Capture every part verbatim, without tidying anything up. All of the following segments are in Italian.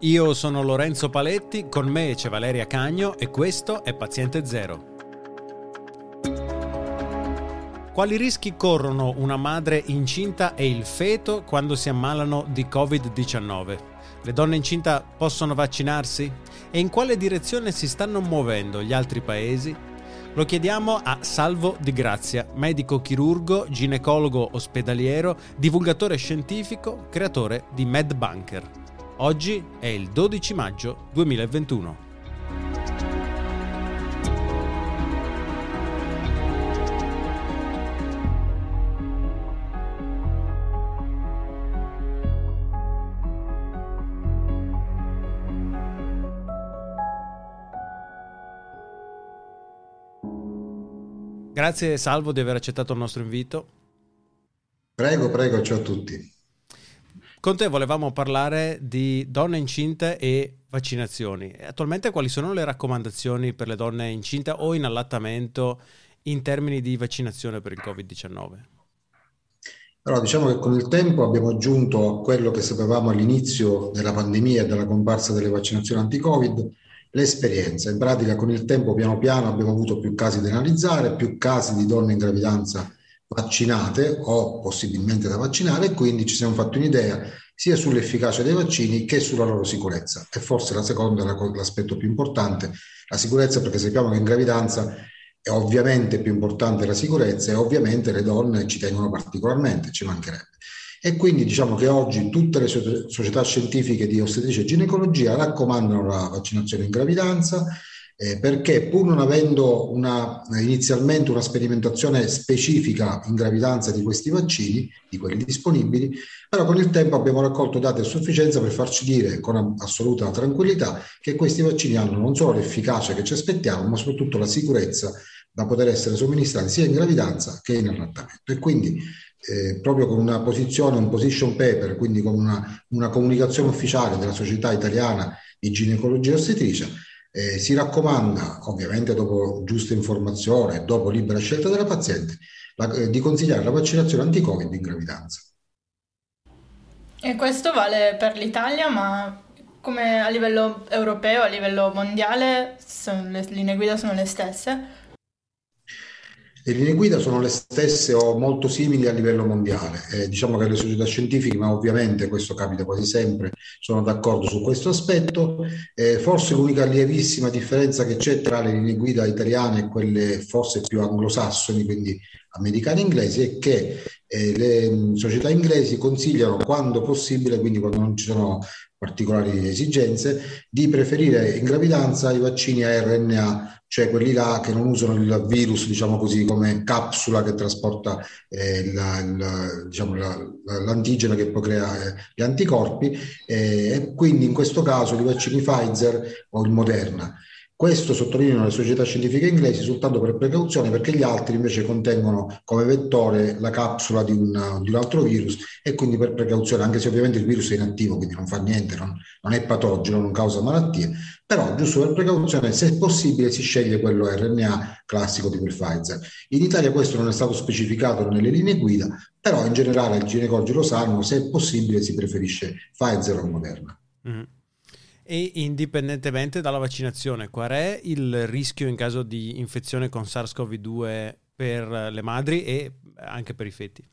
Io sono Lorenzo Paletti, con me c'è Valeria Cagno e questo è Paziente Zero. Quali rischi corrono una madre incinta e il feto quando si ammalano di covid diciannove? Le donne incinta possono vaccinarsi? E in quale direzione si stanno muovendo gli altri paesi? Lo chiediamo a Salvo Di Grazia, medico chirurgo, ginecologo ospedaliero, divulgatore scientifico, creatore di MedBunker. Oggi è il dodici maggio duemilaventuno. Grazie Salvo di aver accettato il nostro invito. Prego, prego, ciao a tutti. Con te volevamo parlare di donne incinte e vaccinazioni. Attualmente quali sono le raccomandazioni per le donne incinte o in allattamento in termini di vaccinazione per il covid diciannove? Allora, diciamo che con il tempo abbiamo aggiunto a quello che sapevamo all'inizio della pandemia e della comparsa delle vaccinazioni anti-Covid l'esperienza. In pratica con il tempo piano piano abbiamo avuto più casi da analizzare, più casi di donne in gravidanza vaccinate o possibilmente da vaccinare, e quindi ci siamo fatti un'idea sia sull'efficacia dei vaccini che sulla loro sicurezza. E forse la seconda è l'aspetto più importante, la sicurezza, perché sappiamo che in gravidanza è ovviamente più importante la sicurezza e ovviamente le donne ci tengono particolarmente, ci mancherebbe. E quindi diciamo che oggi tutte le società scientifiche di ostetricia e ginecologia raccomandano la vaccinazione in gravidanza, eh, perché pur non avendo una, inizialmente una sperimentazione specifica in gravidanza di questi vaccini, di quelli disponibili, però con il tempo abbiamo raccolto dati a sufficienza per farci dire con assoluta tranquillità che questi vaccini hanno non solo l'efficacia che ci aspettiamo, ma soprattutto la sicurezza da poter essere somministrati sia in gravidanza che in allattamento. E quindi eh, proprio con una posizione, un position paper, quindi con una, una comunicazione ufficiale della Società Italiana di Ginecologia e Ostetricia, eh, si raccomanda, ovviamente dopo giusta informazione, dopo libera scelta della paziente, la, eh, di consigliare la vaccinazione anti-Covid in gravidanza. E questo vale per l'Italia, ma come a livello europeo, a livello mondiale, sono le linee guida sono le stesse? Le linee guida sono le stesse o molto simili a livello mondiale. Eh, diciamo che le società scientifiche, ma ovviamente questo capita quasi sempre, sono d'accordo su questo aspetto. Eh, forse l'unica lievissima differenza che c'è tra le linee guida italiane e quelle forse più anglosassoni, quindi americane e inglesi, è che eh, le società inglesi consigliano quando possibile, quindi quando non ci sono particolari esigenze, di preferire in gravidanza i vaccini a R N A, cioè quelli là che non usano il virus, diciamo così, come capsula che trasporta eh, la, la, diciamo, la, l'antigeno che poi crea eh, gli anticorpi, eh, e quindi in questo caso i vaccini Pfizer o il Moderna. Questo sottolineano le società scientifiche inglesi soltanto per precauzione, perché gli altri invece contengono come vettore la capsula di un, di un altro virus, e quindi per precauzione, anche se ovviamente il virus è inattivo, quindi non fa niente, non, non è patogeno, non causa malattie, però giusto per precauzione, se è possibile, si sceglie quello R N A classico tipo il Pfizer. In Italia questo non è stato specificato nelle linee guida, però in generale i ginecologi lo sanno, se è possibile si preferisce Pfizer o Moderna. Mm. E indipendentemente dalla vaccinazione, qual è il rischio in caso di infezione con SARS-CoV due per le madri e anche per i feti?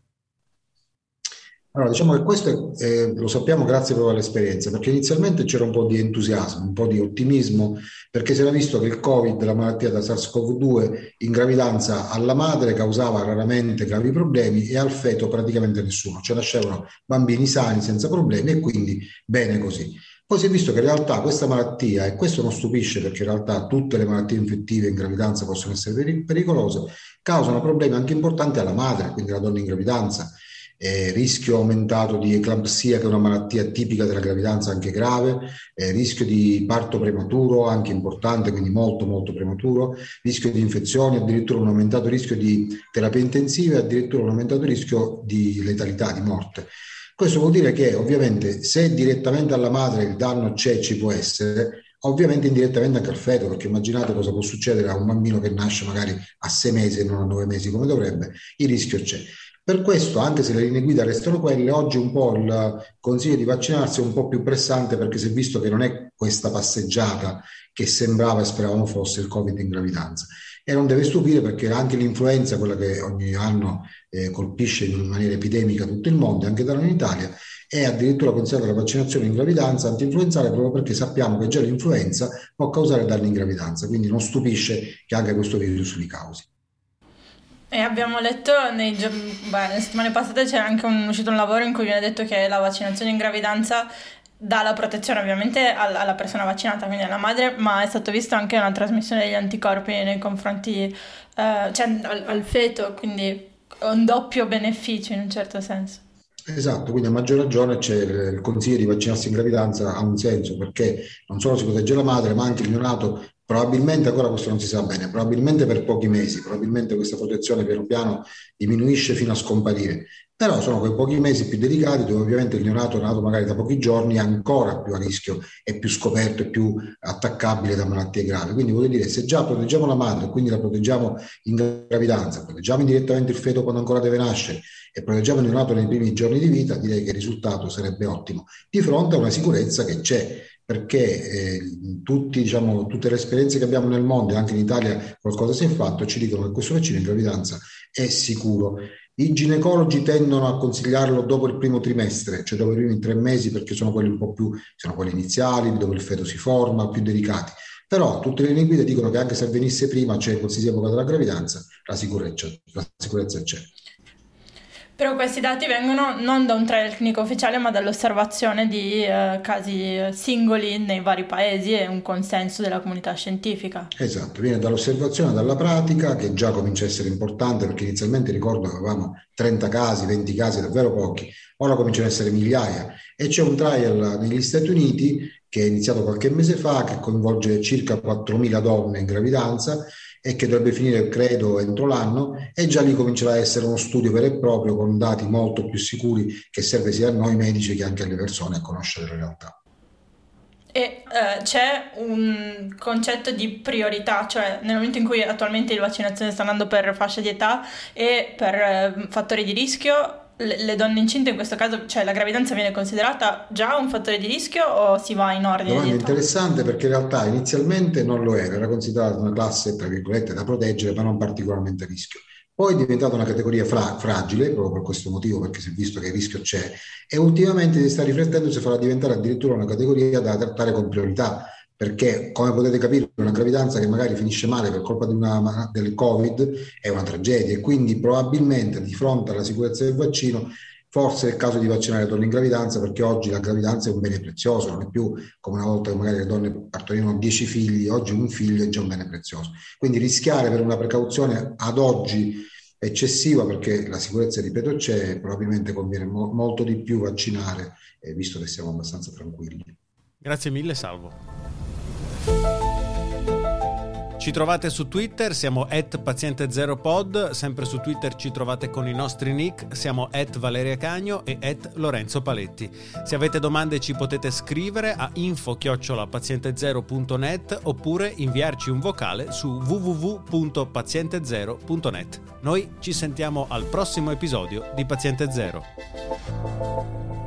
Allora, diciamo che questo eh, lo sappiamo grazie proprio all'esperienza, perché inizialmente c'era un po' di entusiasmo, un po' di ottimismo, perché si era visto che il Covid, la malattia da SARS-CoV due, in gravidanza alla madre causava raramente gravi problemi e al feto praticamente nessuno, cioè nascevano bambini sani senza problemi, e quindi bene così. Poi si è visto che in realtà questa malattia, e questo non stupisce perché in realtà tutte le malattie infettive in gravidanza possono essere pericolose, causano problemi anche importanti alla madre, quindi alla donna in gravidanza. Eh, rischio aumentato di eclampsia, che è una malattia tipica della gravidanza anche grave, eh, rischio di parto prematuro anche importante, quindi molto molto prematuro, rischio di infezioni, addirittura un aumentato rischio di terapie intensive, addirittura un aumentato rischio di letalità, di morte. Questo vuol dire che ovviamente se direttamente alla madre il danno c'è, ci può essere, ovviamente indirettamente anche al feto, perché immaginate cosa può succedere a un bambino che nasce magari a sei mesi e non a nove mesi come dovrebbe, il rischio c'è. Per questo, anche se le linee guida restano quelle, oggi un po' il consiglio di vaccinarsi è un po' più pressante, perché si è visto che non è questa passeggiata che sembrava e speravamo fosse il Covid in gravidanza. E non deve stupire, perché anche l'influenza, quella che ogni anno eh, colpisce in maniera epidemica tutto il mondo, anche da noi in Italia, è addirittura considerata la vaccinazione in gravidanza antinfluenzale, proprio perché sappiamo che già l'influenza può causare danni in gravidanza, quindi non stupisce che anche questo virus li causi. E abbiamo letto nei giorni, beh, nelle settimane passate c'era anche un, uscito un lavoro in cui viene detto che la vaccinazione in gravidanza dà la protezione ovviamente alla, alla persona vaccinata, quindi alla madre, ma è stato visto anche una trasmissione degli anticorpi nei confronti, eh, cioè al, al feto, quindi un doppio beneficio in un certo senso. Esatto, quindi a maggior ragione c'è il consiglio di vaccinarsi in gravidanza, ha un senso, perché non solo si protegge la madre, ma anche il neonato. Probabilmente, ancora questo non si sa bene, probabilmente per pochi mesi, probabilmente questa protezione piano piano diminuisce fino a scomparire, però sono quei pochi mesi più delicati dove ovviamente il neonato nato magari da pochi giorni è ancora più a rischio, è più scoperto, è più attaccabile da malattie gravi. Quindi voglio dire, se già proteggiamo la madre, quindi la proteggiamo in gravidanza, proteggiamo indirettamente il feto quando ancora deve nascere e proteggiamo il neonato nei primi giorni di vita, direi che il risultato sarebbe ottimo, di fronte a una sicurezza che c'è, perché eh, tutti, diciamo, tutte le esperienze che abbiamo nel mondo e anche in Italia qualcosa si è fatto, ci dicono che questo vaccino in gravidanza è sicuro. I ginecologi tendono a consigliarlo dopo il primo trimestre, cioè dopo i primi tre mesi, perché sono quelli un po' più, sono quelli iniziali, dove il feto si forma, più delicati. Però tutte le linee guida dicono che anche se avvenisse prima, cioè in qualsiasi epoca della gravidanza, la sicurezza, la sicurezza c'è. Però questi dati vengono non da un trial clinico ufficiale, ma dall'osservazione di eh, casi singoli nei vari paesi e un consenso della comunità scientifica. Esatto, viene dall'osservazione, dalla pratica, che già comincia a essere importante, perché inizialmente ricordo che avevamo trenta casi, venti casi, davvero pochi, ora cominciano ad essere migliaia. E c'è un trial negli Stati Uniti che è iniziato qualche mese fa, che coinvolge circa quattromila donne in gravidanza e che dovrebbe finire, credo, entro l'anno, e già lì comincerà a essere uno studio vero e proprio con dati molto più sicuri, che serve sia a noi medici che anche alle persone a conoscere la realtà. E eh, c'è un concetto di priorità, cioè nel momento in cui attualmente la vaccinazione sta andando per fascia di età e per eh, fattori di rischio, le, le donne incinte in questo caso, cioè la gravidanza viene considerata già un fattore di rischio o si va in ordine Domanda di età? interessante, perché in realtà inizialmente non lo era, era considerata una classe tra virgolette da proteggere, ma non particolarmente a rischio. Poi è diventata una categoria fra, fragile, proprio per questo motivo, perché si è visto che il rischio c'è, e ultimamente si sta riflettendo se farà diventare addirittura una categoria da trattare con priorità, perché come potete capire una gravidanza che magari finisce male per colpa di una, del Covid è una tragedia, e quindi probabilmente di fronte alla sicurezza del vaccino forse è il caso di vaccinare le donne in gravidanza, perché oggi la gravidanza è un bene prezioso, non è più come una volta che magari le donne partorivano dieci figli, oggi un figlio è già un bene prezioso. Quindi rischiare per una precauzione ad oggi eccessiva, perché la sicurezza, ripeto, c'è, probabilmente conviene mo- molto di più vaccinare, eh, visto che siamo abbastanza tranquilli. Grazie mille, Salvo. Ci trovate su Twitter, siamo at paziente zero pod, sempre su Twitter ci trovate con i nostri nick, siamo at Valeria Cagno e at Lorenzo Paletti. Se avete domande ci potete scrivere a info chiocciola paziente zero punto net oppure inviarci un vocale su w w w punto paziente zero punto net. Noi ci sentiamo al prossimo episodio di Paziente Zero.